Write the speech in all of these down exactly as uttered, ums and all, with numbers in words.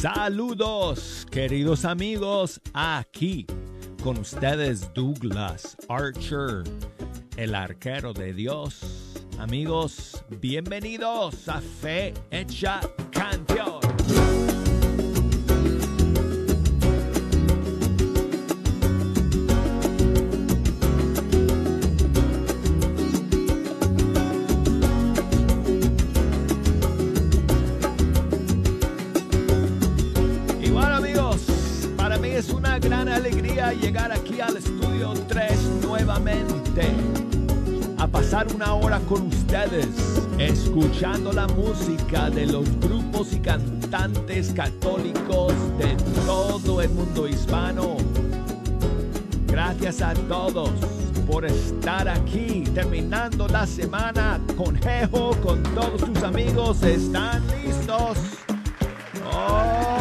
Saludos, queridos amigos, aquí con ustedes Douglas Archer, el arquero de Dios. Amigos, bienvenidos a Fe Hecha Canción. Es una gran alegría llegar aquí al Estudio tres nuevamente a pasar una hora con ustedes, escuchando la música de los grupos y cantantes católicos de todo el mundo hispano. Gracias a todos por estar aquí, terminando la semana con Jeho, con todos sus amigos. ¿Están listos? ¡Oh!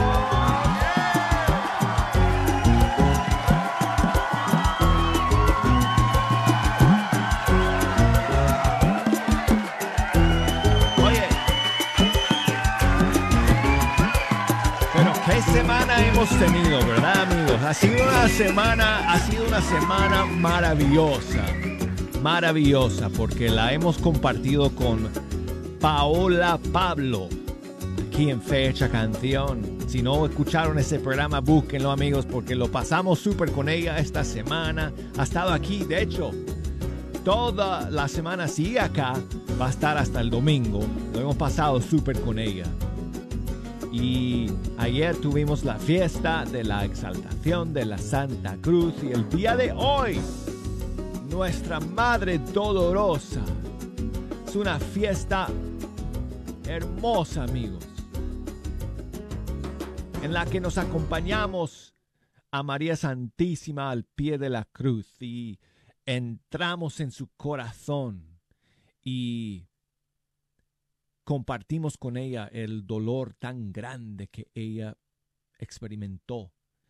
Semana hemos tenido, ¿verdad, amigos? Ha sido una semana, ha sido una semana maravillosa, maravillosa, porque la hemos compartido con Paola Pablo, aquí en Fe Hecha Canción. Si no escucharon ese programa, búsquenlo, amigos, porque lo pasamos súper con ella esta semana. Ha estado aquí, de hecho, toda la semana sigue acá, va a estar hasta el domingo. Lo hemos pasado súper con ella. Y ayer tuvimos la fiesta de la exaltación de la Santa Cruz y el día de hoy, nuestra Madre Dolorosa. Es una fiesta hermosa, amigos, en la que nos acompañamos a María Santísima al pie de la cruz y entramos en su corazón y compartimos con ella el dolor tan grande que ella experimentó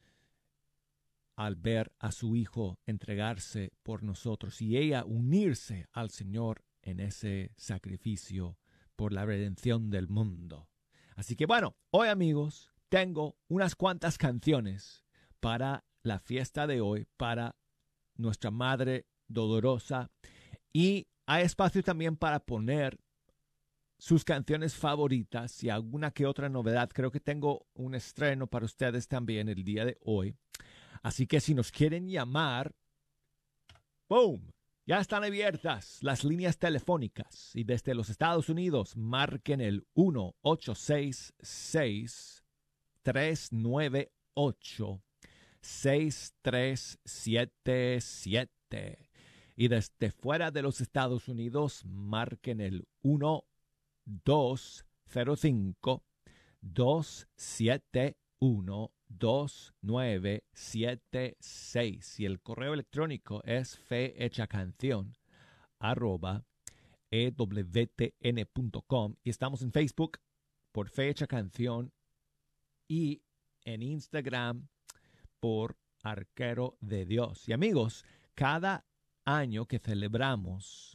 al ver a su hijo entregarse por nosotros y ella unirse al Señor en ese sacrificio por la redención del mundo. Así que bueno, hoy, amigos, tengo unas cuantas canciones para la fiesta de hoy, para nuestra Madre Dolorosa, y hay espacio también para poner sus canciones favoritas y alguna que otra novedad. Creo que tengo un estreno para ustedes también el día de hoy. Así que si nos quieren llamar, ¡boom!, ya están abiertas las líneas telefónicas. Y desde los Estados Unidos, marquen el uno ocho seis seis, tres nueve ocho, seis tres siete siete. Y desde fuera de los Estados Unidos, marquen el uno dos cero cinco, dos siete uno, dos nueve siete seis y el correo electrónico es fehechacanción arroba e w t n punto com y estamos en Facebook por Fe Hecha Canción y en Instagram por Arquero de Dios. Y amigos, cada año que celebramos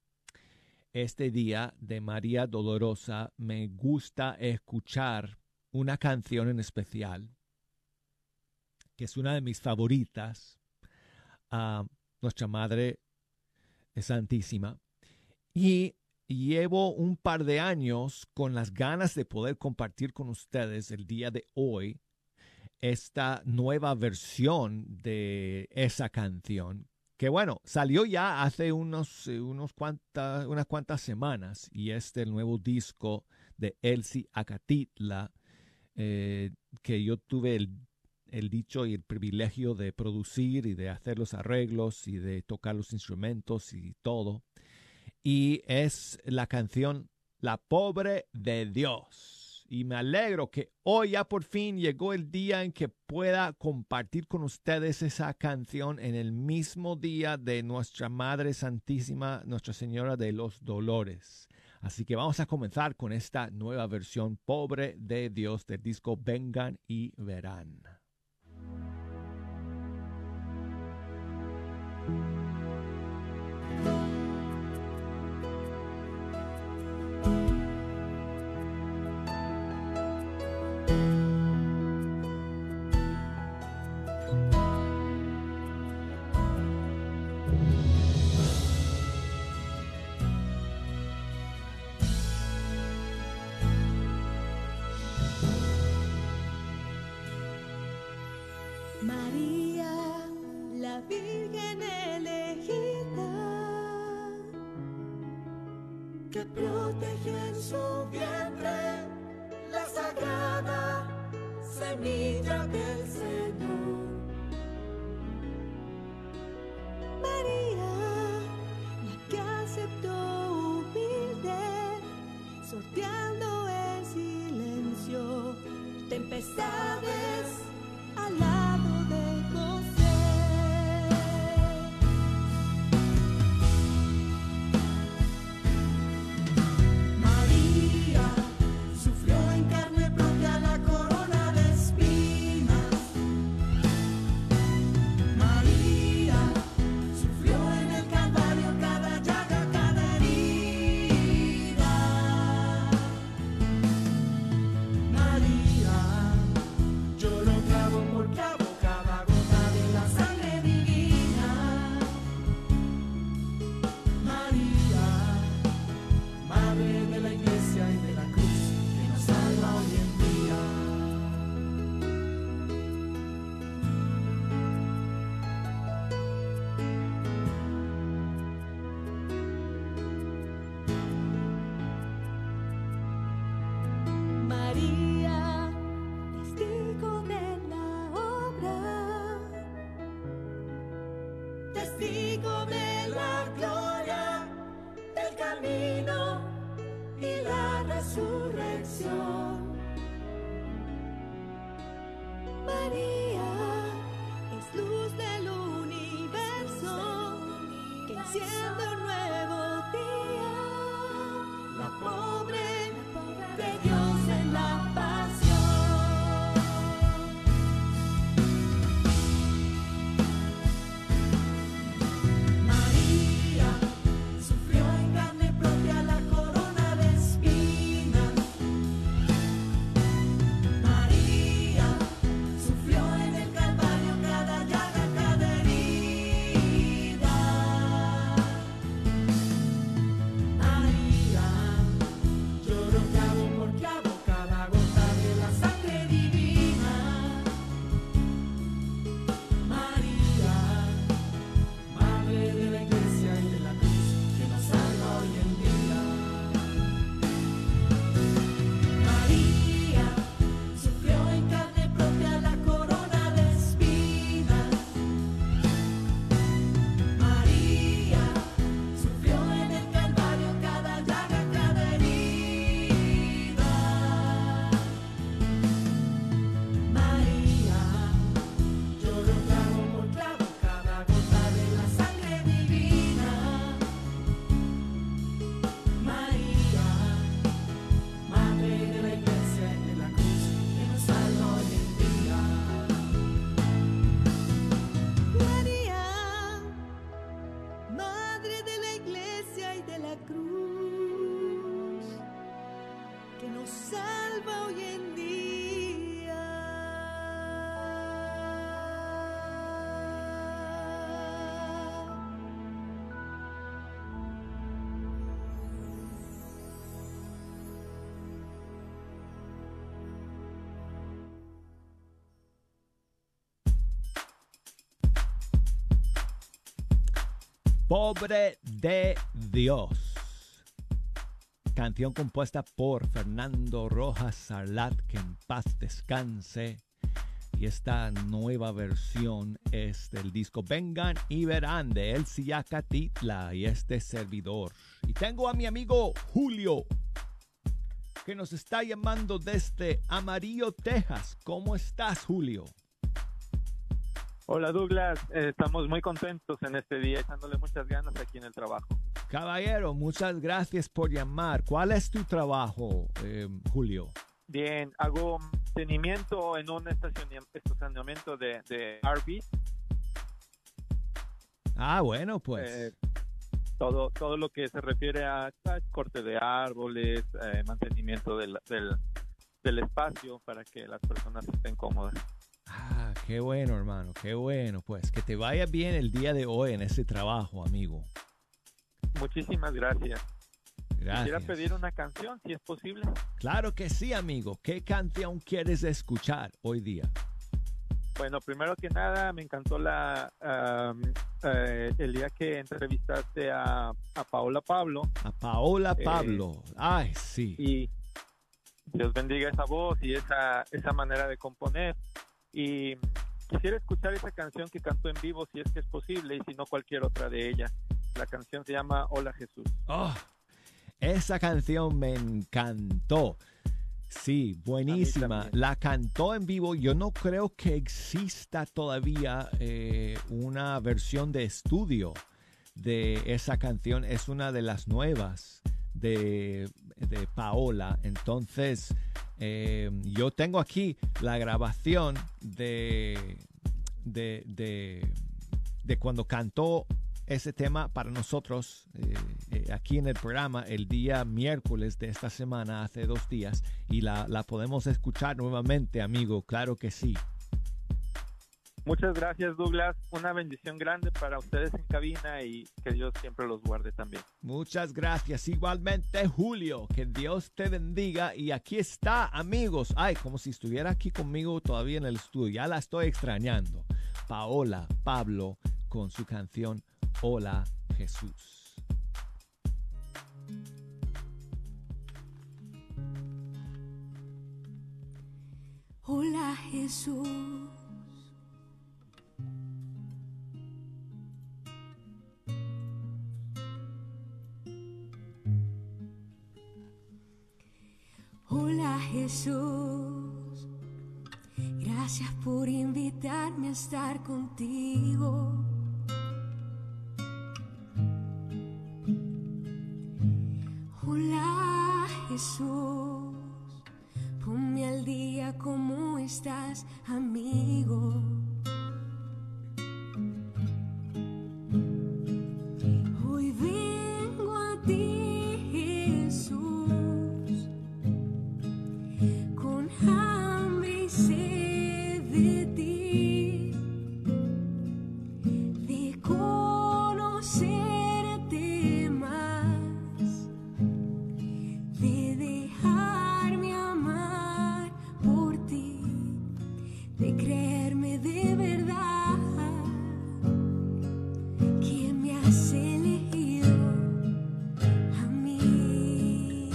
este día de María Dolorosa, me gusta escuchar una canción en especial, que es una de mis favoritas, a uh, nuestra Madre Santísima. Y llevo un par de años con las ganas de poder compartir con ustedes el día de hoy esta nueva versión de esa canción, que bueno, salió ya hace unos, unos cuantas, unas cuantas semanas y es el nuevo disco de Elsie Acatitla, eh, que yo tuve el, el dicho y el privilegio de producir y de hacer los arreglos y de tocar los instrumentos y todo. Y es la canción La Pobre de Dios. Y me alegro que hoy ya por fin llegó el día en que pueda compartir con ustedes esa canción en el mismo día de nuestra Madre Santísima, Nuestra Señora de los Dolores. Así que vamos a comenzar con esta nueva versión, Pobre de Dios, del disco Vengan y Verán. María, la Virgen elegida, que protegió en su vientre la sagrada semilla del Señor. María, la que aceptó humilde, sorteando en silencio tempestades al lado de José. María sufrió en carne propia la corona de espinas. María sufrió en el Calvario cada llaga, cada herida. María lloró clavo por clavo cada gota de la sangre divina. María, Madre de la Iglesia y de la cruz, que nos salva hoy en día. María, testigo de la obra, testigo de la gloria, del camino y la resurrección. María es luz del universo que enciende un nuevo día. La pobre de Dios en la pasión. María sufrió en carne propia la corona de espinas. María sufrió en el Calvario cada llaga, cada herida. María lloró clavo por clavo cada gota de la sangre divina. María, Madre de la Iglesia y de la cruz, que nos salva hoy en día. María sufrió en carne propia la corona de espinas. María sufrió en el Calvario cada llaga, cada herida. María lloró clavo por clavo cada gota de la sangre divina. María, Madre de la Iglesia y de la cruz, que nos salva hoy en día. María, Madre de la Iglesia y de la cruz, que nos salva hoy en día. Pobre de Dios. Canción compuesta por Fernando Rojas Sarlat, que en paz descanse. Y esta nueva versión es del disco Vengan y Verán de El Siyacatitla y este servidor. Y tengo a mi amigo Julio, que nos está llamando desde Amarillo, Texas. ¿Cómo estás, Julio? Hola Douglas, eh, estamos muy contentos en este día, echándole muchas ganas aquí en el trabajo. Caballero, muchas gracias por llamar. ¿Cuál es tu trabajo, eh, Julio? Bien, hago mantenimiento en un estacioni- estacionamiento de, de R V. Ah, bueno, pues. Eh, todo, todo lo que se refiere a, a corte de árboles, eh, mantenimiento del, del, del espacio para que las personas estén cómodas. Ah, qué bueno, hermano, qué bueno. Pues que te vaya bien el día de hoy en ese trabajo, amigo. Muchísimas gracias. Gracias. Quisiera pedir una canción, si es posible. Claro que sí, amigo. ¿Qué canción quieres escuchar hoy día? Bueno, primero que nada, me encantó la um, eh, el día que entrevistaste a, a Paola Pablo. A Paola Pablo. Eh, Ay, sí. Y Dios bendiga esa voz y esa, esa manera de componer. Y quisiera escuchar esa canción que cantó en vivo, si es que es posible, y si no, cualquier otra de ella. La canción se llama Hola Jesús. Oh, esa canción me encantó. Sí, buenísima. La cantó en vivo. Yo no creo que exista todavía eh, una versión de estudio de esa canción. Es una de las nuevas de, de Paola. Entonces, eh, yo tengo aquí la grabación de, de, de, de cuando cantó ese tema para nosotros eh, eh, aquí en el programa el día miércoles de esta semana, hace dos días, y la, la podemos escuchar nuevamente, amigo, claro que sí. Muchas gracias, Douglas. Una bendición grande para ustedes en cabina y que Dios siempre los guarde también. Muchas gracias. Igualmente, Julio, que Dios te bendiga. Y aquí está, amigos. Ay, como si estuviera aquí conmigo todavía en el estudio. Ya la estoy extrañando. Paola Pablo con su canción Hola Jesús. Hola Jesús, hola Jesús, gracias por invitarme a estar contigo. Hola Jesús, ponme al día, ¿cómo estás, amigo? Hoy vengo a ti, Jesús, con hambre y sed de ti, de conocerte más, de dejarme amar por ti, de creerme de verdad que me has elegido a mí.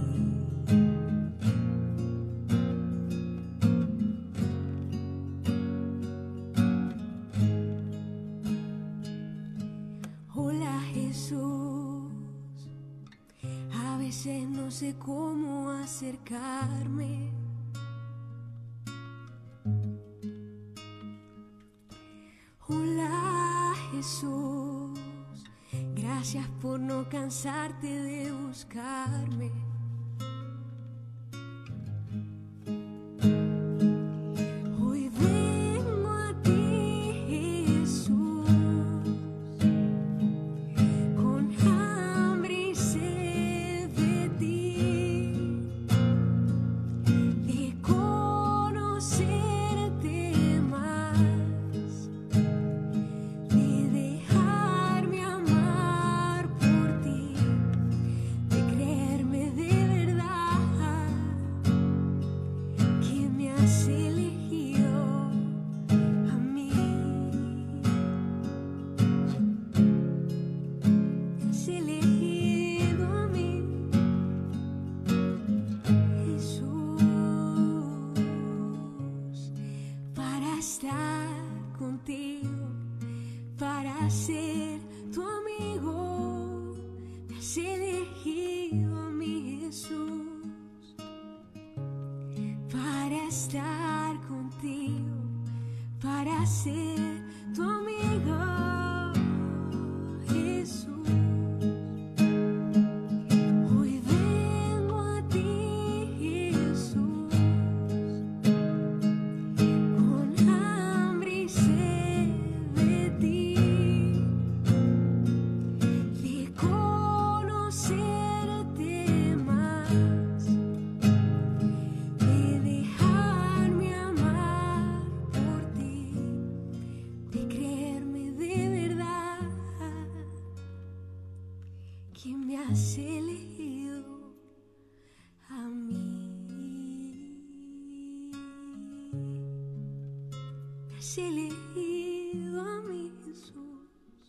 Hola Jesús, a veces no sé cómo acercarme. Hola Jesús, gracias por no cansarte de buscarme. Hoy vengo a ti, Jesús, con hambre y sed de ti, de conocerte más, de dejarme amar por ti, de creerme de verdad que me has elegido a mí. Me has elegido a mí, Jesús, para estar contigo, para ser tu amigo. Me has elegido a mí, Jesús, para estar contigo, para ser tu amigo, Jesús. Hoy vengo a ti, Jesús, con hambre y sed de ti, de conocerte más, de dejarme amar por ti, de creerme has elegido a mi Jesús.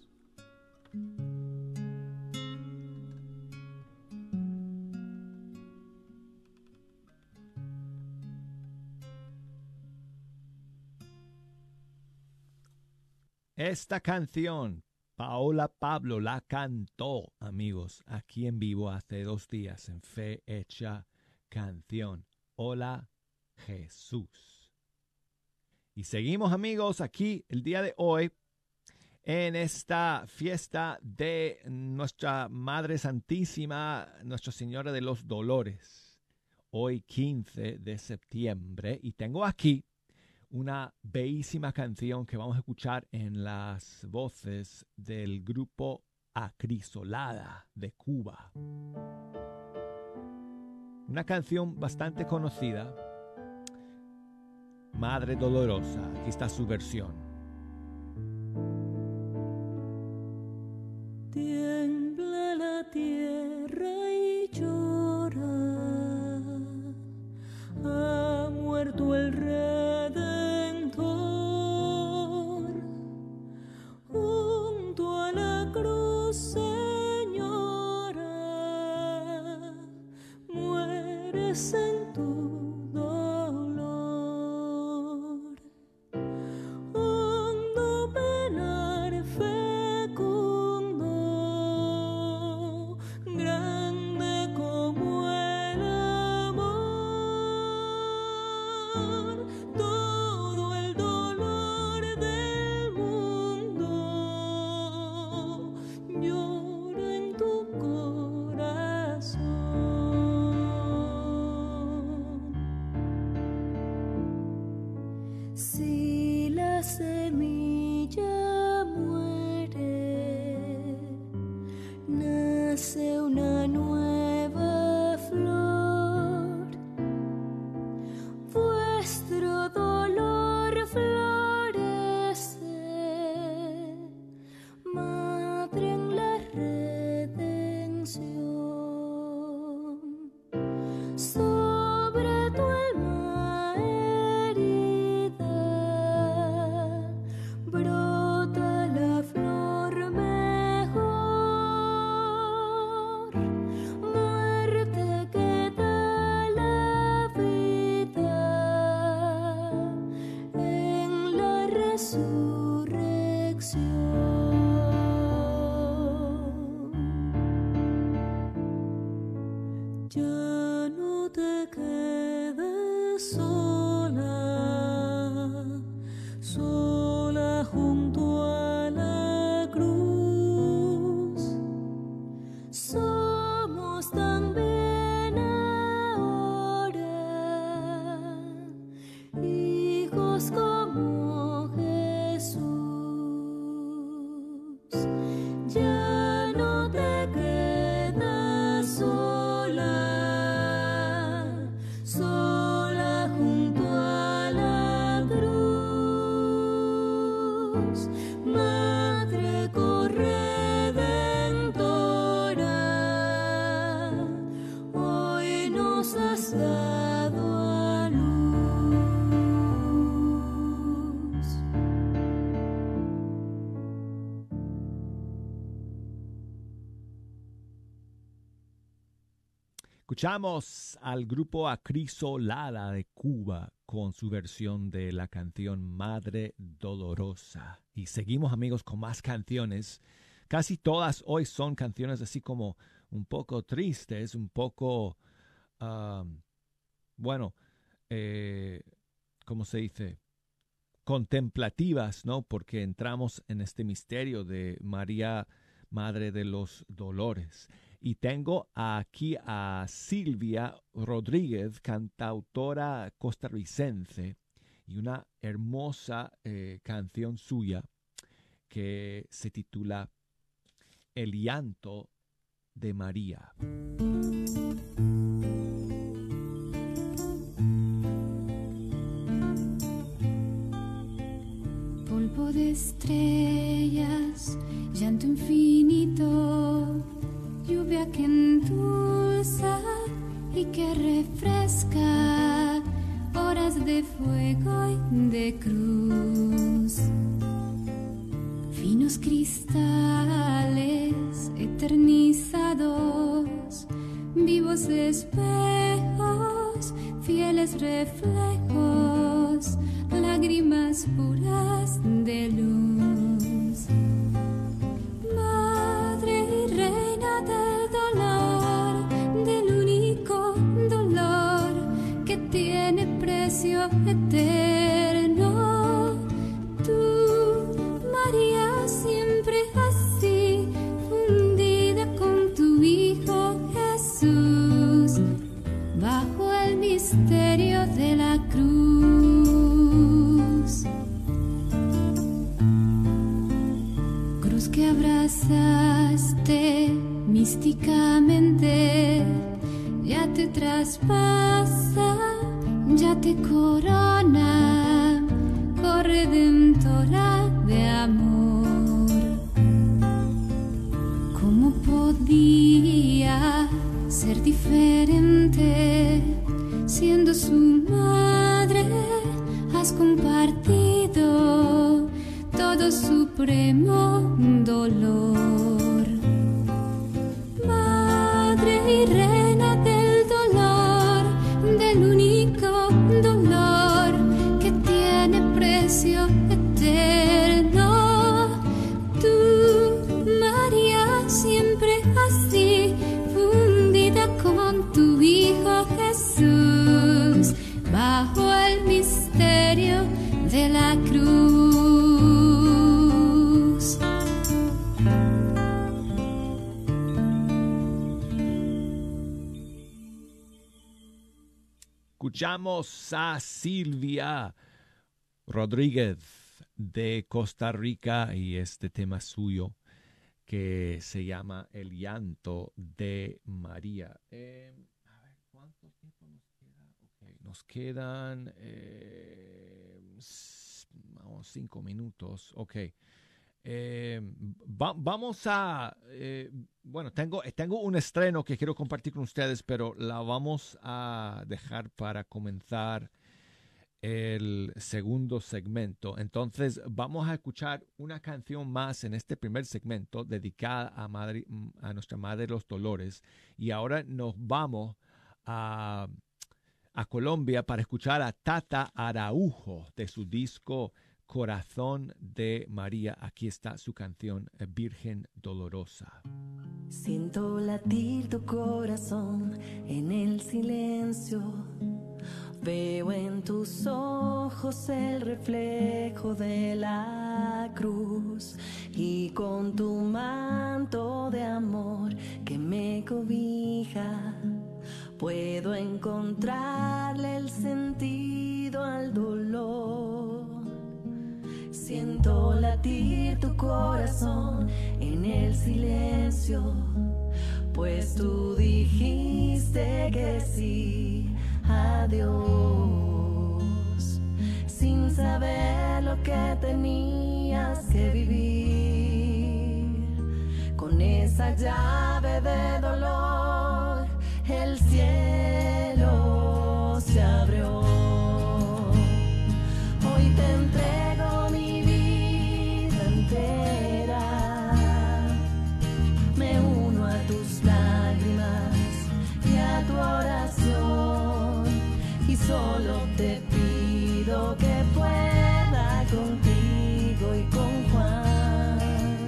Esta canción, Paola Pablo la cantó, amigos, aquí en vivo hace dos días en Fe Hecha Canción. Hola, Jesús. Y seguimos, amigos, aquí el día de hoy en esta fiesta de nuestra Madre Santísima, Nuestra Señora de los Dolores. Hoy quince de septiembre, y tengo aquí una bellísima canción que vamos a escuchar en las voces del grupo Acrisolada de Cuba. Una canción bastante conocida, Madre Dolorosa. Aquí está su versión. Tiembla la tierra y llora, ha muerto el Redentor, junto a la cruz, Señora, mueres en tu dolor, hondo penar fecundo, grande como el amor, todo el dolor del mundo llora en tu corazón. Si la semilla muere, nace una nueva flor. Vuestro dolor florece, Madre en la redención. Sobre tu alma herida brota la flor mejor, muerte que da la vida en la resurrección. Ya no te quedes sola, sola junto a la cruz. Somos también ahora hijos como Jesús. Ya no te quedas sola, sola junto a la cruz. Madre corredentora, hoy nos has dado a luz. Escuchamos al grupo Acrisolada de Cuba con su versión de la canción Madre Dolorosa. Y seguimos, amigos, con más canciones. Casi todas hoy son canciones así como un poco tristes, un poco, um, bueno, eh, ¿cómo se dice? Contemplativas, ¿no? Porque entramos en este misterio de María, Madre de los Dolores. Y tengo aquí a Silvia Rodríguez, cantautora costarricense, y una hermosa eh, canción suya que se titula El llanto de María. Polvo de estrellas, llanto infinito, lluvia que endulza y que refresca, horas de fuego y de cruz, finos cristales eternizados, vivos espejos, fieles reflejos, lágrimas puras de luz. Madre y reina del dolor, del único dolor que tiene precio eterno. Tú, María, siempre así, fundida con tu Hijo Jesús, bajo el misterio de la cruz. Cruz que abrazaste místicamente, ya te traspasa, ya te corona, corredentora de amor. ¿Cómo podía ser diferente? Siendo su madre, has compartido todo supremo dolor. Madre y reina del dolor, del único dolor que tiene precio eterno. Tú, María, siempre así, fundida con tu Hijo Jesús, bajo el misterio de la cruz. Escuchamos a Silvia Rodríguez de Costa Rica y este tema suyo que se llama El llanto de María. Eh, a ver, ¿cuánto tiempo nos queda? Okay, nos quedan eh, vamos, cinco minutos. Ok. Eh, va, vamos a... Eh, bueno, tengo, tengo un estreno que quiero compartir con ustedes, pero la vamos a dejar para comenzar el segundo segmento. Entonces, vamos a escuchar una canción más en este primer segmento dedicada a, madre, a nuestra Madre de los Dolores. Y ahora nos vamos a, a Colombia para escuchar a Tata Araujo de su disco Corazón de María. Aquí está su canción Virgen Dolorosa. Siento latir tu corazón en el silencio. Veo en tus ojos el reflejo de la cruz y con tu manto de amor que me cobija puedo encontrarle el sentido al dolor. Siento latir tu corazón en el silencio, pues tú dijiste que sí a Dios, sin saber lo que tenías que vivir. Con esa llave de dolor, el cielo se abrió. Hoy te entrego mi vida entera, me uno a tus lágrimas y a tu oración, y solo te pido que pueda contigo y con Juan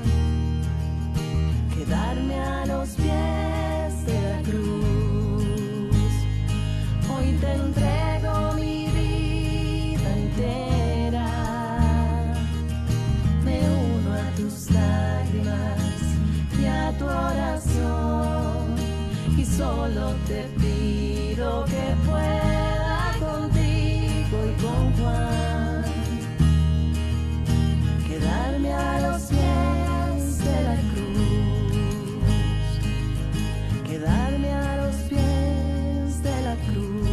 quedarme a los pies de la cruz. Hoy te entrego mi vida entera, me uno a tus lágrimas y a tu oración, y solo te pido que pueda contigo y con Juan quedarme a los pies de la cruz, quedarme a los pies de la cruz.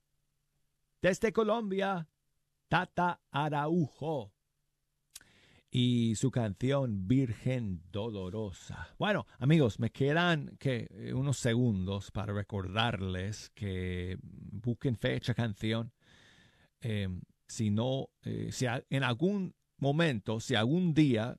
Desde Colombia, Tata Araujo. y su canción Virgen Dolorosa. Bueno, amigos, me quedan que unos segundos para recordarles que busquen fecha, canción. Eh, si no, eh, si a, en algún momento, si algún día,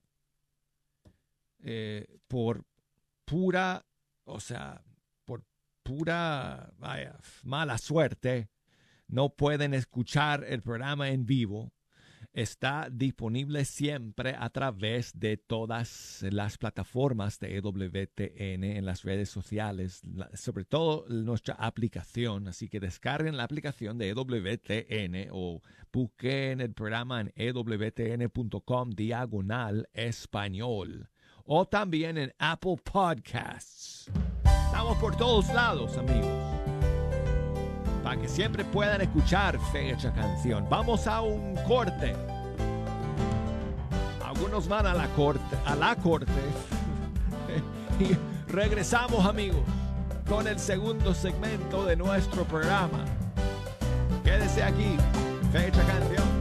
eh, por pura, o sea, por pura, vaya, mala suerte, no pueden escuchar el programa en vivo, está disponible siempre a través de todas las plataformas de E W T N en las redes sociales, sobre todo nuestra aplicación. Así que descarguen la aplicación de E W T N o busquen el programa en e w t n punto com diagonal español o también en Apple Podcasts. Estamos por todos lados, amigos, para que siempre puedan escuchar fecha, canción. Vamos a un corte. Algunos van a la corte, a la corte. Y regresamos, amigos, con el segundo segmento de nuestro programa. Quédese aquí, fecha, canción.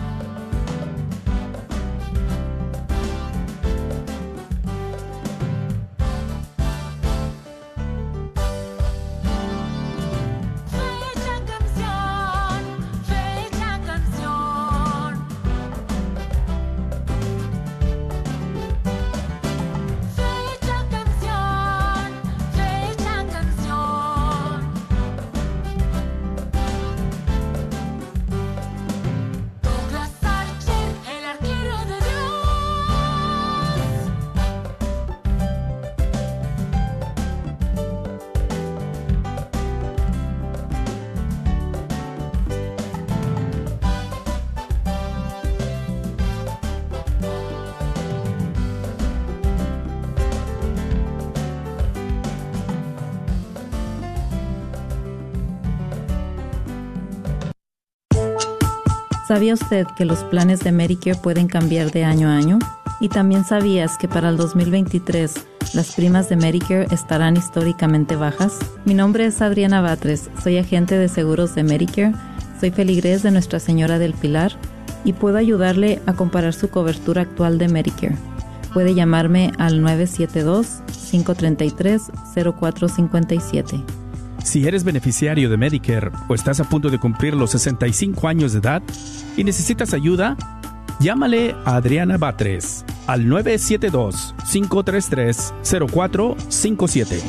¿Sabía usted que los planes de Medicare pueden cambiar de año a año? ¿Y también sabías que para el dos mil veintitrés las primas de Medicare estarán históricamente bajas? Mi nombre es Adriana Batres, soy agente de seguros de Medicare, soy feligrés de Nuestra Señora del Pilar y puedo ayudarle a comparar su cobertura actual de Medicare. Puede llamarme al nueve siete dos, cinco tres tres, cero cuatro cinco siete. Si eres beneficiario de Medicare o estás a punto de cumplir los sesenta y cinco años de edad y necesitas ayuda, llámale a Adriana Batres al nueve siete dos, cinco tres tres, cero cuatro cinco siete.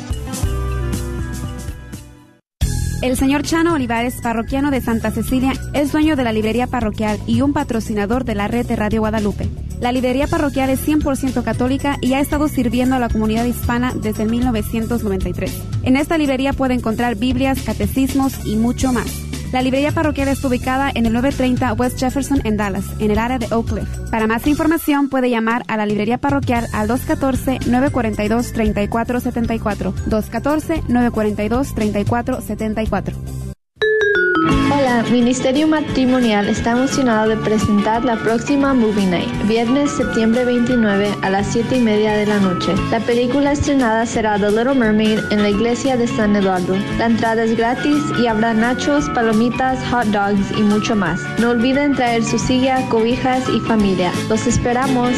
El señor Chano Olivares, parroquiano de Santa Cecilia, es dueño de la librería parroquial y un patrocinador de la red de Radio Guadalupe. La librería parroquial es cien por ciento católica y ha estado sirviendo a la comunidad hispana desde mil novecientos noventa y tres. En esta librería puede encontrar Biblias, catecismos y mucho más. La librería parroquial está ubicada en el novecientos treinta West Jefferson en Dallas, en el área de Oak Cliff. Para más información puede llamar a la librería parroquial al dos uno cuatro, nueve cuatro dos, tres cuatro siete cuatro, dos uno cuatro, nueve cuatro dos, tres cuatro siete cuatro. Hola, Ministerio Matrimonial está emocionado de presentar la próxima Movie Night, viernes septiembre veintinueve a las siete y media de la noche. La película estrenada será The Little Mermaid en la iglesia de San Eduardo. La entrada es gratis y habrá nachos, palomitas, hot dogs y mucho más. No olviden traer su silla, cobijas y familia. Los esperamos.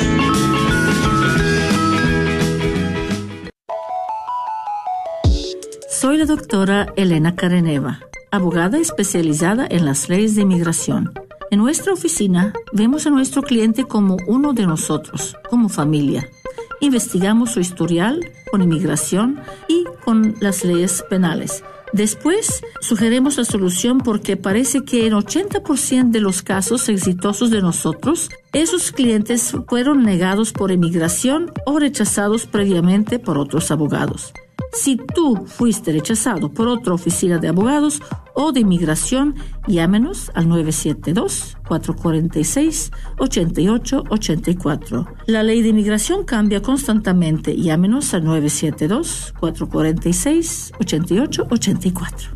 Soy la doctora Elena Careneva, abogada especializada en las leyes de inmigración. En nuestra oficina vemos a nuestro cliente como uno de nosotros, como familia. Investigamos su historial con inmigración y con las leyes penales. Después, sugerimos la solución porque parece que en ochenta por ciento de los casos exitosos de nosotros, esos clientes fueron negados por inmigración o rechazados previamente por otros abogados. Si tú fuiste rechazado por otra oficina de abogados o de inmigración, llámenos al nueve siete dos, cuatro cuatro seis, ocho ocho ocho cuatro. La ley de inmigración cambia constantemente. Llámenos al nueve siete dos, cuatro cuatro seis, ocho ocho ocho cuatro.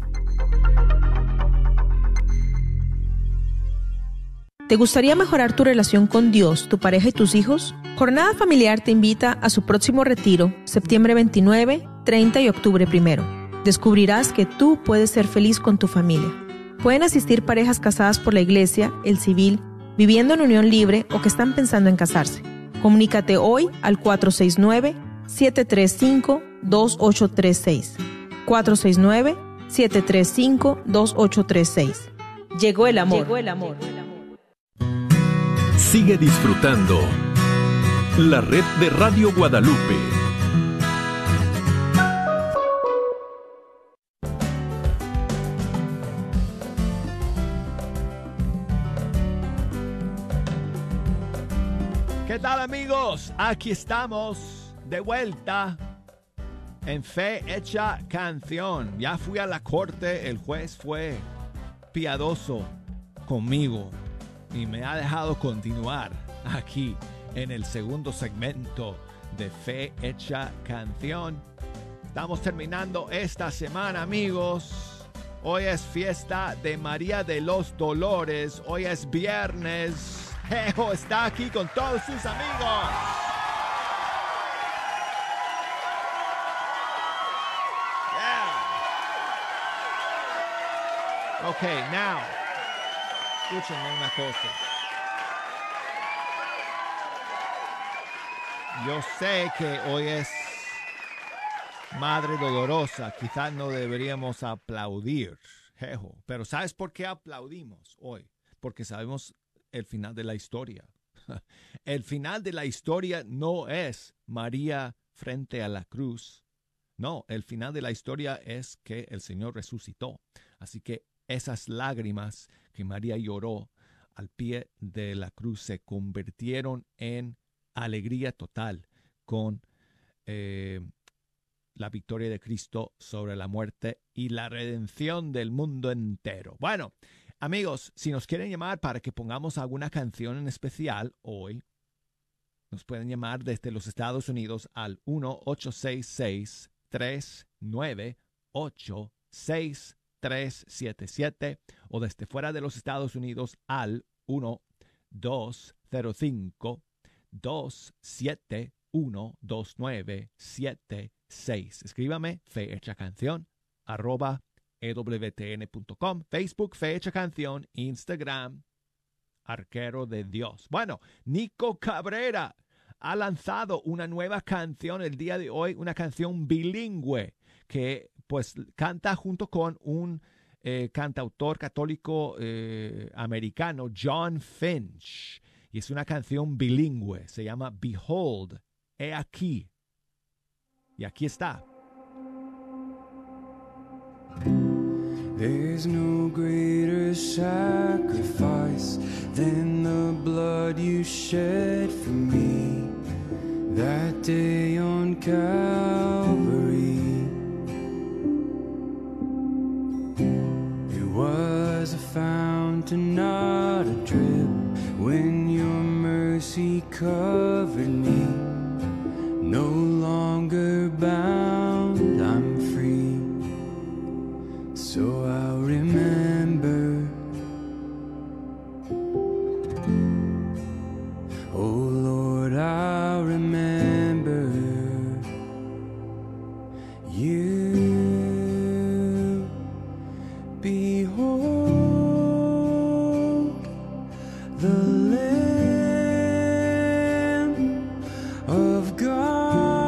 ¿Te gustaría mejorar tu relación con Dios, tu pareja y tus hijos? Jornada Familiar te invita a su próximo retiro, septiembre veintinueve, treinta y octubre primero. Descubrirás que tú puedes ser feliz con tu familia. Pueden asistir parejas casadas por la iglesia, el civil, viviendo en unión libre o que están pensando en casarse. Comunícate hoy al cuatro seis nueve, siete tres cinco, dos ocho tres seis. cuatro seis nueve, siete tres cinco, dos ocho tres seis. Llegó el amor. Llegó el amor. Sigue disfrutando la red de Radio Guadalupe. ¿Qué tal, amigos? Aquí estamos de vuelta en Fe Hecha Canción. Ya fui a la corte, el juez fue piadoso conmigo y me ha dejado continuar aquí en el segundo segmento de Fe Hecha Canción. Estamos terminando esta semana, amigos. Hoy es fiesta de María de los Dolores. Hoy es viernes. Jeho está aquí con todos sus amigos. Yeah. Okay, now, escúchenme una cosa. Yo sé que hoy es Madre Dolorosa. Quizás no deberíamos aplaudir, Jeho. Pero ¿sabes por qué aplaudimos hoy? Porque sabemos el final de la historia. El final de la historia no es María frente a la cruz. No, el final de la historia es que el Señor resucitó. Así que esas lágrimas que María lloró al pie de la cruz se convirtieron en alegría total con eh, la victoria de Cristo sobre la muerte y la redención del mundo entero. Bueno, amigos, si nos quieren llamar para que pongamos alguna canción en especial hoy, nos pueden llamar desde los Estados Unidos al uno ocho seis seis, tres nueve ocho, seis tres siete siete o desde fuera de los Estados Unidos al uno dos cero cinco, dos siete uno, dos nueve siete seis. Escríbame Fe Hecha Canción arroba e w t n punto com, Facebook Fe Hecha Canción, Instagram Arquero de Dios. Bueno, Nico Cabrera ha lanzado una nueva canción el día de hoy, una canción bilingüe que pues canta junto con un eh, cantautor católico eh, americano, John Finch, y es una canción bilingüe, se llama Behold, he aquí, y aquí está. There's no greater sacrifice than the blood you shed for me that day on Calvary. It was a fountain, not a drip, when your mercy covered me. No longer bound, I'm free. So I'll remember, oh Lord, I'll remember you. Behold the Lamb of God.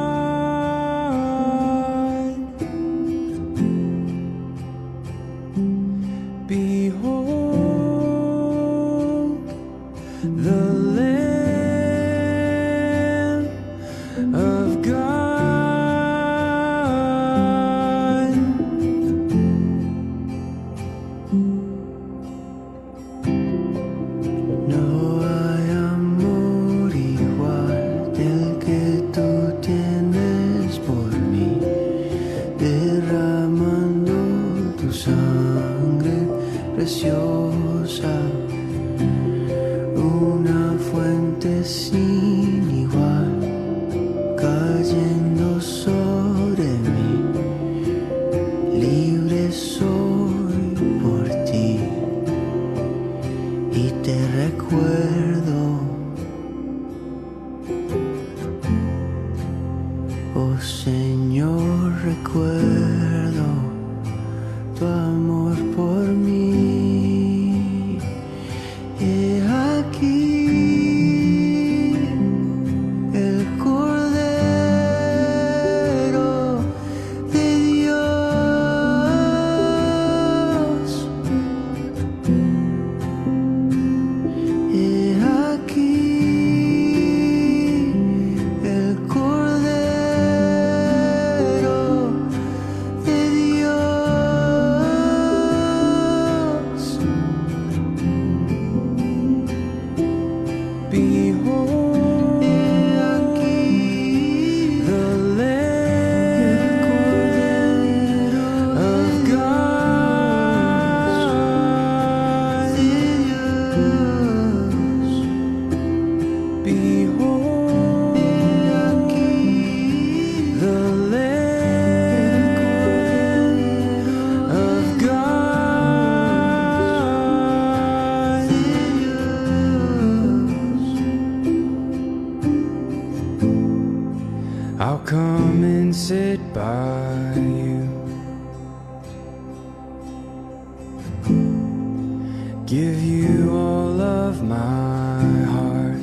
give you all of my heart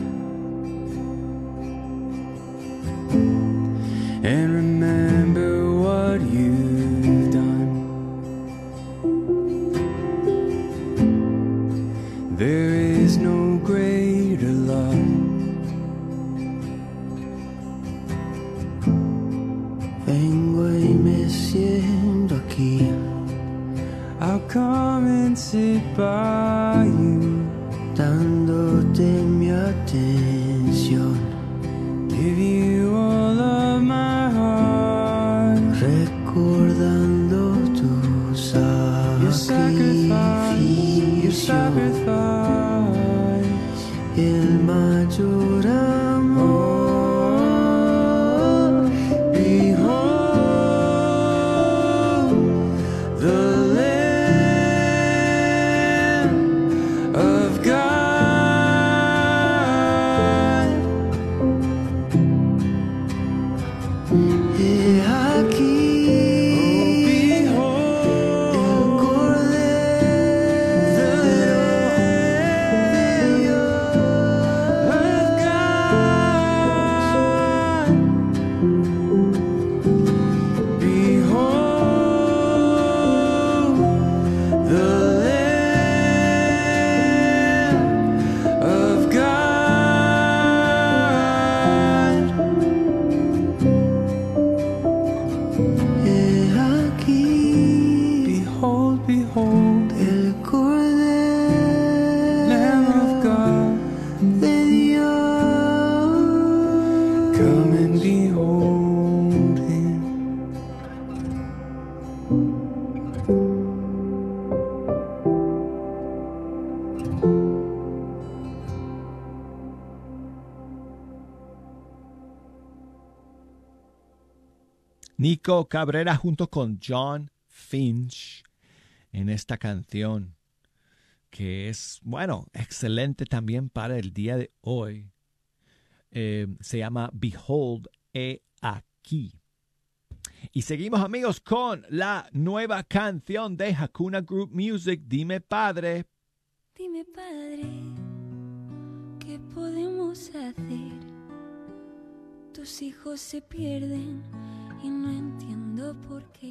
and remember what you've done. There is no greater love. Vengo y me siento aquí. I'll come and sit by you, dándote mi atención. Give you all of my heart, recordando tu sacrificio, your sacrifice, el mayor amor. Nico Cabrera junto con John Finch en esta canción que es, bueno, excelente también para el día de hoy. Eh, se llama Behold, he aquí. Y seguimos, amigos, con la nueva canción de Hakuna Group Music, Dime Padre. Dime Padre, ¿qué podemos hacer? Tus hijos se pierden y no entiendo por qué.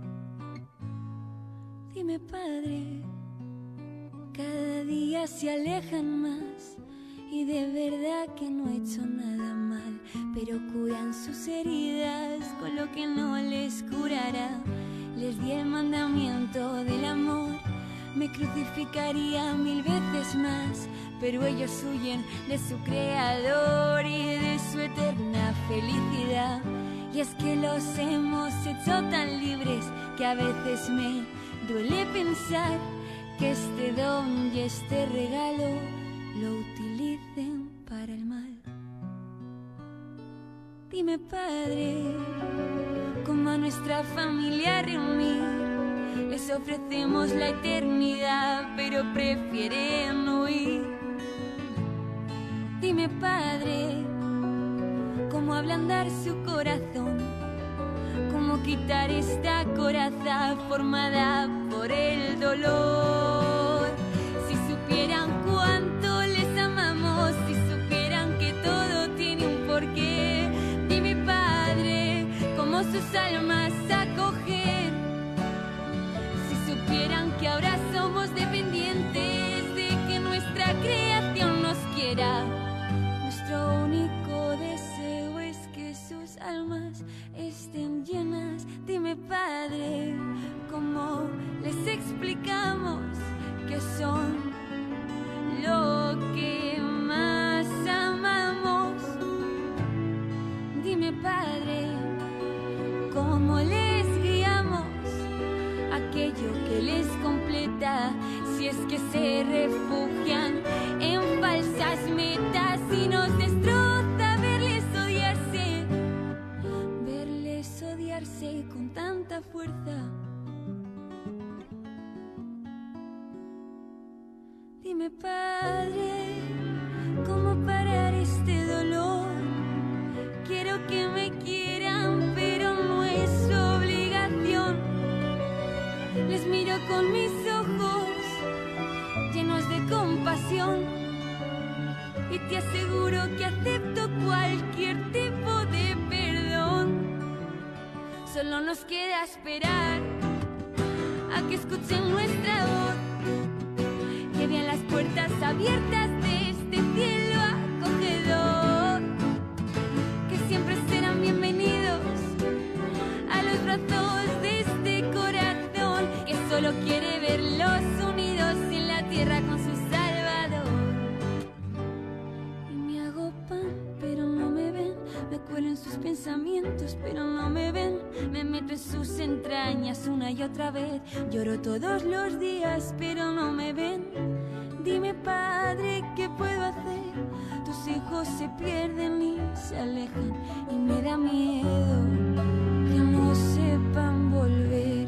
Dime Padre, cada día se alejan más y de verdad que no he hecho nada mal, pero curan sus heridas con lo que no les curará. Les di el mandamiento del amor, me crucificaría mil veces más, pero ellos huyen de su creador y de su eterna felicidad. Y es que los hemos hecho tan libres que a veces me duele pensar que este don y este regalo lo utilicen para el mal. Dime Padre, ¿cómo a nuestra familia reunir? Les ofrecemos la eternidad, pero prefieren huir. Dime Padre, cómo ablandar su corazón, cómo quitar esta coraza formada por el dolor. Si supieran cuánto les amamos, si supieran que todo tiene un porqué. Dime Padre, cómo sus almas acoger. Si supieran que ahora somos dependientes de que nuestra creación nos quiera. Nuestro único deseo es que sus almas estén llenas. Dime Padre, ¿cómo les explicamos que son lo que más amamos? Dime Padre, ¿cómo les guiamos aquello que les completa? Si es que se refugian en falsas metas y nos destroza verles odiarse, verles odiarse con tanta fuerza. Dime Padre, ¿cómo parar este dolor? Quiero que me quieran, pero no es obligación. Les miro con mis ojos llenos de y te aseguro que acepto cualquier tipo de perdón. Solo nos queda esperar a que escuchen nuestra voz, que vean las puertas abiertas de este cielo acogedor, que siempre serán bienvenidos a los brazos de este corazón que solo quiere verlos unidos en la tierra con su Salvador. Y me hago pan, pero no me ven, me cuelo en sus pensamientos, pero no me ven, me meto en sus entrañas una y otra vez, lloro todos los días, pero no me ven. Dime, Padre, ¿qué puedo hacer? Tus hijos se pierden y se alejan y me da miedo que no sepan volver.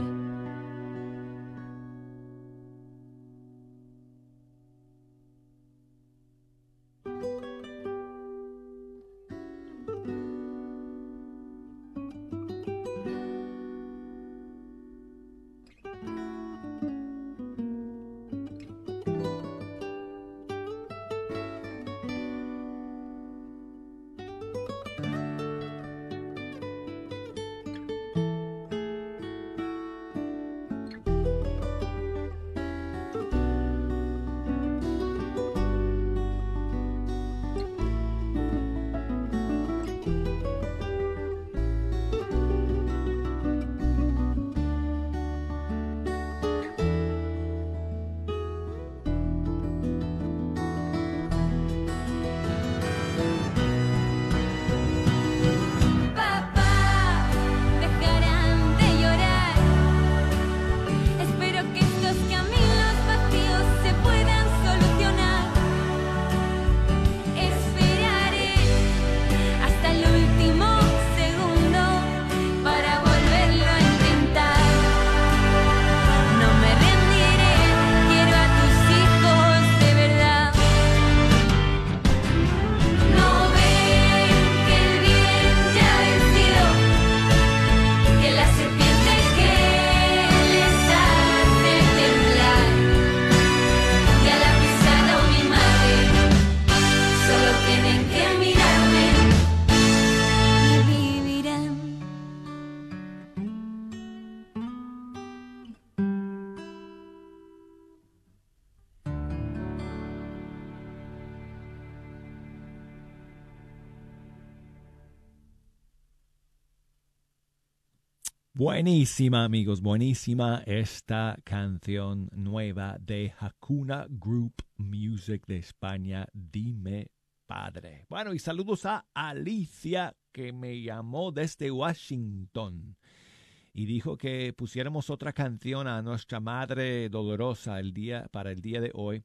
Buenísima, amigos, buenísima esta canción nueva de Hakuna Group Music de España, Dime Padre. Bueno, y saludos a Alicia, que me llamó desde Washington y dijo que pusiéramos otra canción a nuestra Madre Dolorosa el día, para el día de hoy.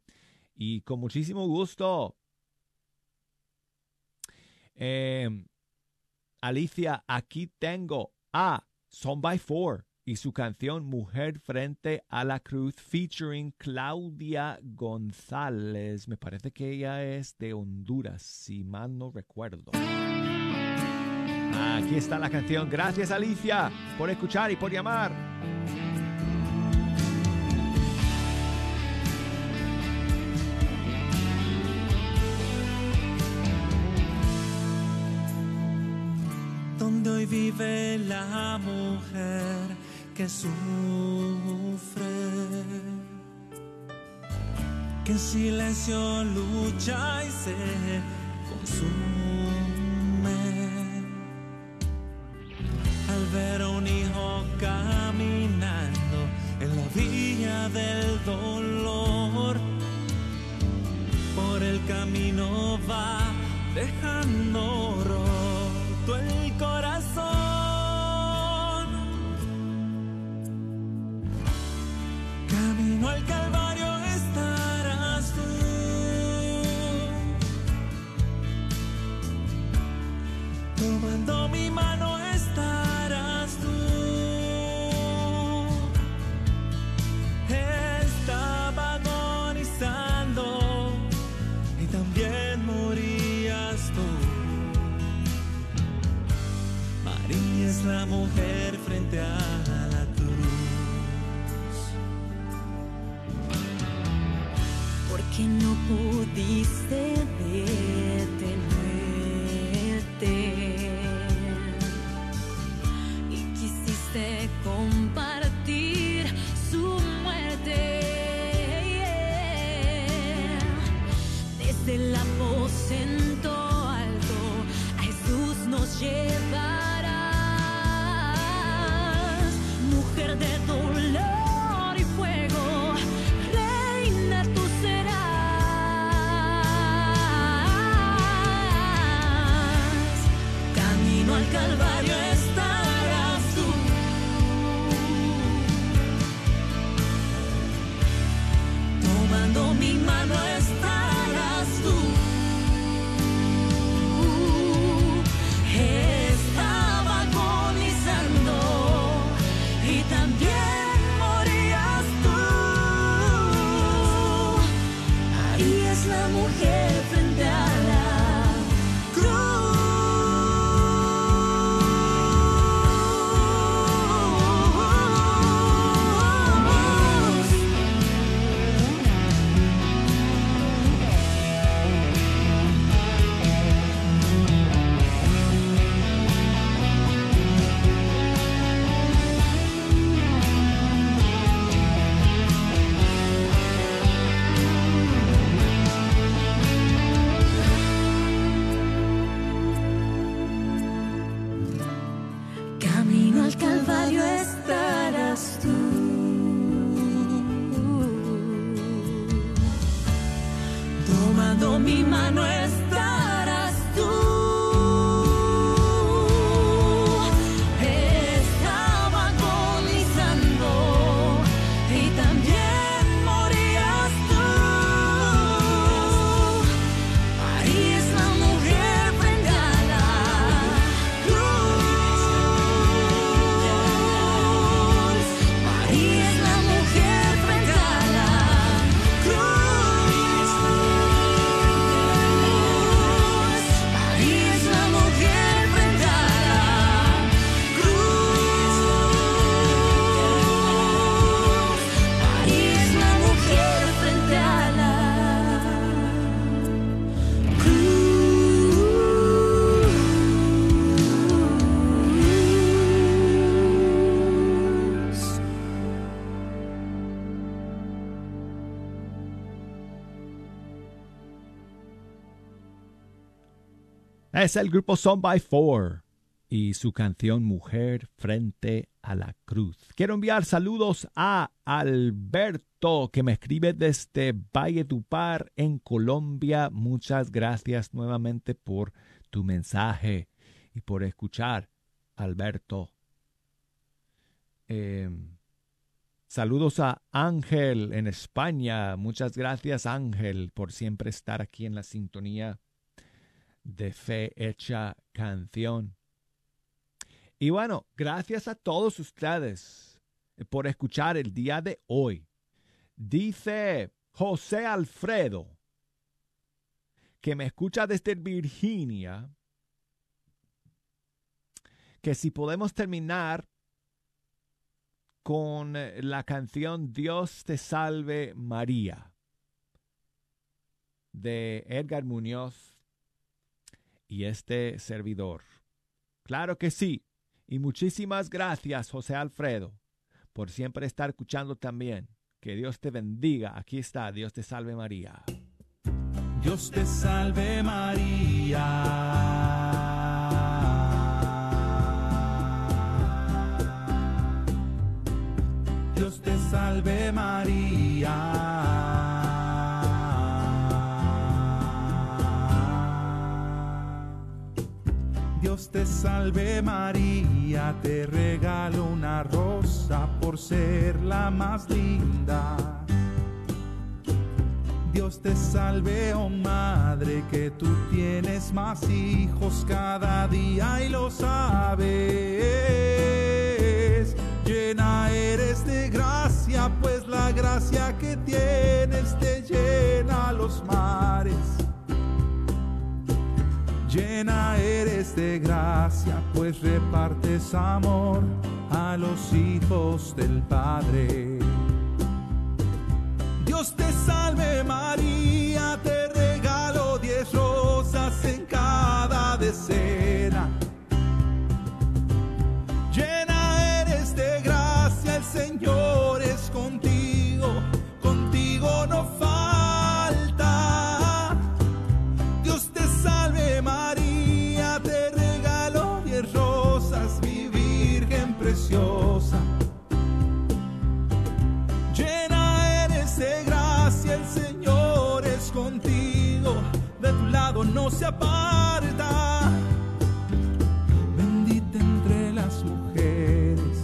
Y con muchísimo gusto. Eh, Alicia, aquí tengo a Son by Four y su canción Mujer Frente a la Cruz featuring Claudia González. Me parece que ella es de Honduras, si mal no recuerdo. Aquí está la canción. Gracias, Alicia, por escuchar y por llamar. Donde hoy vive la mujer que sufre, que en silencio lucha y se consume al ver a un hijo caminando en la vía del dolor. Por el camino va dejando roto el corazón. Camino al Calvario estarás tú, tomando mi mano estarás tú. Estaba agonizando y también morías tú. María es la mujer frente a la cruz. que no pudiste detenerte y quisiste compartir su muerte. Desde el aposento alto a Jesús nos llevarás, mujer de dolor y fuego, reina tú serás. Camino al Calvario estarás tú, tomando mi mano estarás tú. Estaba agonizando y también morías tú. Ahí es la mujer frente a la camino al Calvario estarás tú, tomando mi mano estarás tú. Estaba agonizando y también morías tú. Ahí es la mujer frente a la cruz. Ahí es la mujer frente a la cruz. Ahí es la mujer frente a la cruz. Ahí es la mujer frente a la Es el grupo Son by Four y su canción Mujer frente a la cruz. Quiero enviar saludos a Alberto, que me escribe desde Valledupar en Colombia. Muchas gracias nuevamente por tu mensaje y por escuchar, Alberto. Eh, saludos a Ángel en España. Muchas gracias, Ángel, por siempre estar aquí en la sintonía de Fe Hecha Canción. Y bueno, gracias a todos ustedes por escuchar el día de hoy. Dice José Alfredo, que me escucha desde Virginia, que si podemos terminar con la canción Dios te salve María, de Edgar Muñoz y este servidor. Claro que sí. Y muchísimas gracias, José Alfredo, por siempre estar escuchando también. Que Dios te bendiga. Aquí está, Dios te salve María. Dios te salve María. Dios te salve María. Dios te salve María, te regalo una rosa por ser la más linda. Dios te salve, oh madre, que tú tienes más hijos cada día y lo sabes. Llena eres de gracia, pues la gracia que tienes te llena los mares. Llena eres de gracia, pues repartes amor a los hijos del Padre. Dios te salve María, te regalo diez rosas en cada decena. Llena eres de gracia, el Señor es contigo, contigo no falta. Dios te salve María, te regalo diez rosas, mi Virgen preciosa. Llena eres de gracia, el Señor es contigo, de tu lado no se aparta. Bendita entre las mujeres,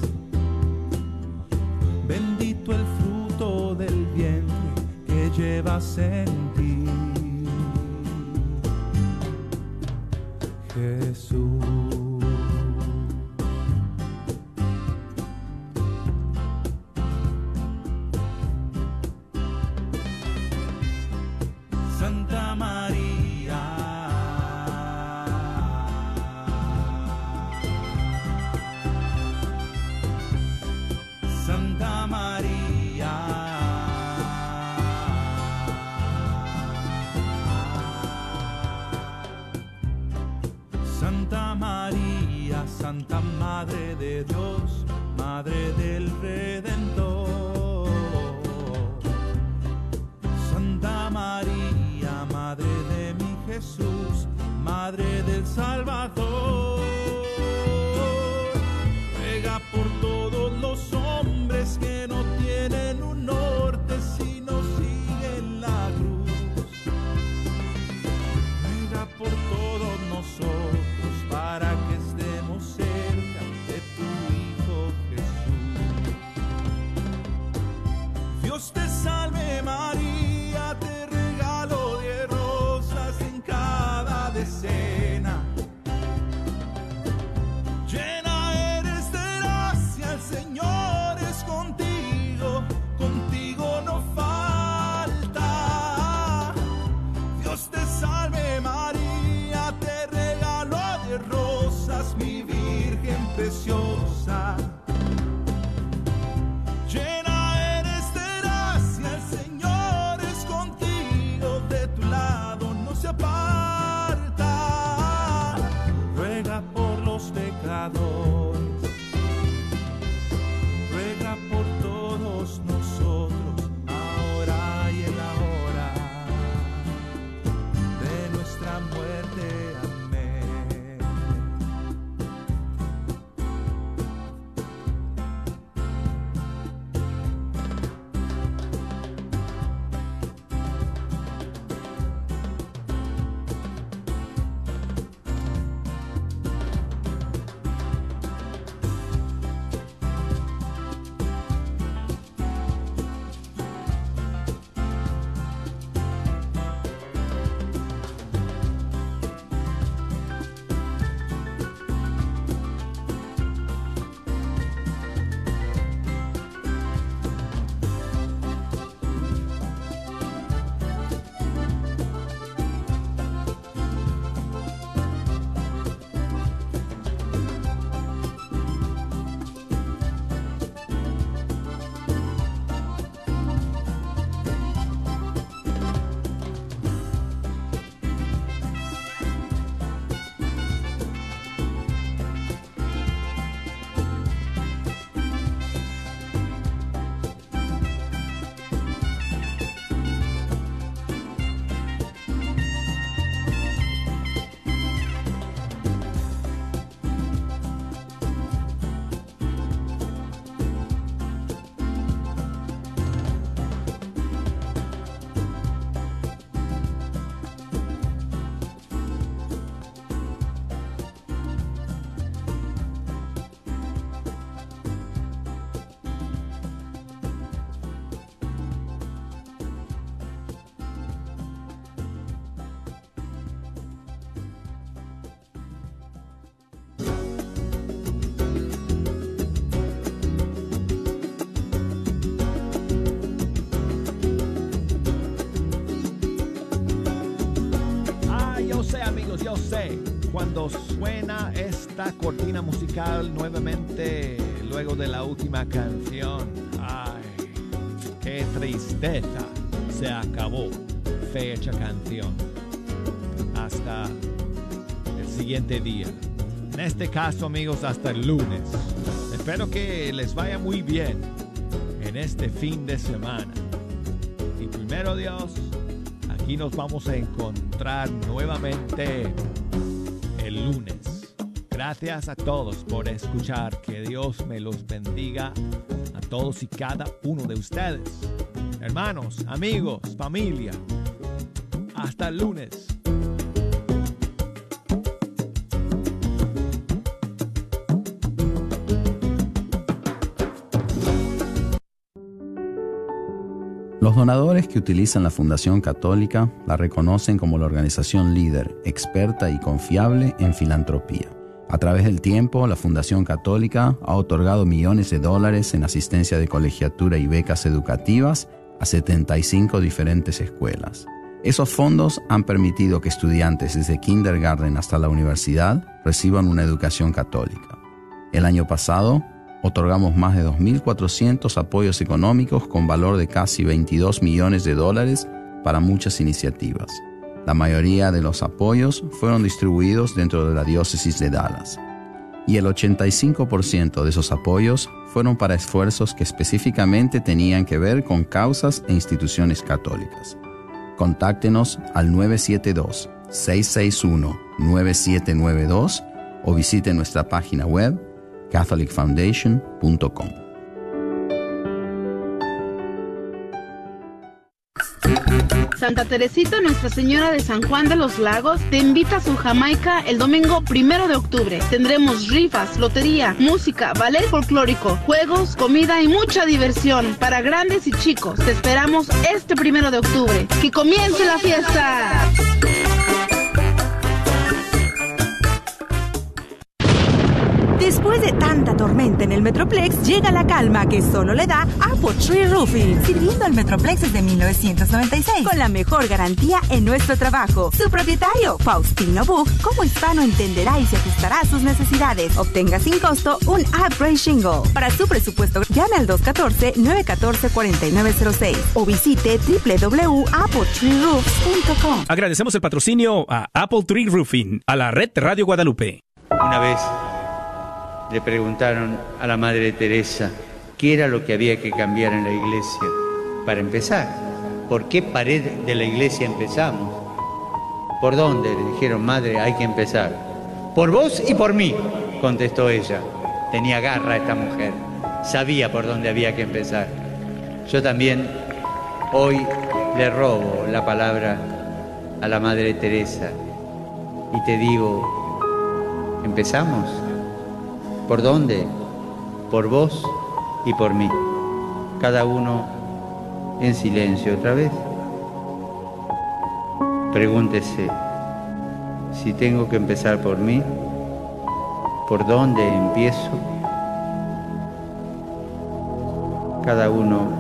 bendito el fruto del vientre que llevas en ti, Jesús. Santa María, Santa María, Santa María, Santa Madre de Dios, Madre del Redentor. Santa María, Madre de mi Jesús, Madre del Salvador. Ruega por todos los hombres que no tienen un norte si no siguen la cruz. Ruega por todos nosotros para que estemos cerca de tu Hijo Jesús. Dios te salve María, te regalo diez rosas en cada decena. Llena eres de gracia, el Señor es contigo, contigo no falta. Dios te salve María, te regalo diez rosas, mi Virgen preciosa. Llena eres de gracia, el Señor es contigo, de tu lado no se aparta. Ruega por los pecadores, ruega por todos nosotros, ahora y en la hora de nuestra muerte. Amén. yo sé, cuando suena esta cortina musical nuevamente luego de la última canción, ay, qué tristeza. se acabó fecha canción. Hasta el siguiente día. En este caso, amigos, hasta el lunes. Espero que les vaya muy bien en este fin de semana. Y primero Dios, aquí nos vamos a encontrar nuevamente el lunes. Gracias a todos por escuchar. Que Dios me los bendiga a todos y cada uno de ustedes. Hermanos, amigos, familia. Hasta el lunes. Los donadores que utilizan la Fundación Católica la reconocen como la organización líder, experta y confiable en filantropía. A través del tiempo, la Fundación Católica ha otorgado millones de dólares en asistencia de colegiatura y becas educativas a setenta y cinco diferentes escuelas. Esos fondos han permitido que estudiantes desde kindergarten hasta la universidad reciban una educación católica. El año pasado, otorgamos más de dos mil cuatrocientos apoyos económicos con valor de casi veintidós millones de dólares para muchas iniciativas. La mayoría de los apoyos fueron distribuidos dentro de la diócesis de Dallas. Y el ochenta y cinco por ciento de esos apoyos fueron para esfuerzos que específicamente tenían que ver con causas e instituciones católicas. Contáctenos al nueve siete dos, seis seis uno, nueve siete nueve dos o visite nuestra página web catholic foundation punto com. Santa Teresita Nuestra Señora de San Juan de los Lagos te invita a su Jamaica el domingo primero de octubre. Tendremos rifas, lotería, música, ballet folclórico, juegos, comida y mucha diversión para grandes y chicos. Te esperamos este primero de octubre. ¡Que comience la fiesta! Después de tanta tormenta en el Metroplex, llega la calma que solo le da Apple Tree Roofing, sirviendo al Metroplex desde mil novecientos noventa y seis, con la mejor garantía en nuestro trabajo. Su propietario, Faustino Buch, como hispano entenderá y se ajustará a sus necesidades. Obtenga sin costo un upgrade shingle. Para su presupuesto, llame al dos uno cuatro, nueve uno cuatro, cuatro nueve cero seis o visite doble u doble u doble u punto apple tree roofs punto com. Agradecemos el patrocinio a Apple Tree Roofing, a la red Radio Guadalupe. Una vez le preguntaron a la Madre Teresa qué era lo que había que cambiar en la iglesia. Para empezar, ¿por qué pared de la iglesia empezamos? ¿Por dónde? Le dijeron, Madre, hay que empezar. Por vos y por mí, contestó ella. Tenía garra esta mujer, sabía por dónde había que empezar. Yo también hoy le robo la palabra a la Madre Teresa y te digo, ¿empezamos? ¿Por dónde? Por vos y por mí. Cada uno en silencio otra vez. Pregúntese, si tengo que empezar por mí, ¿por dónde empiezo? Cada uno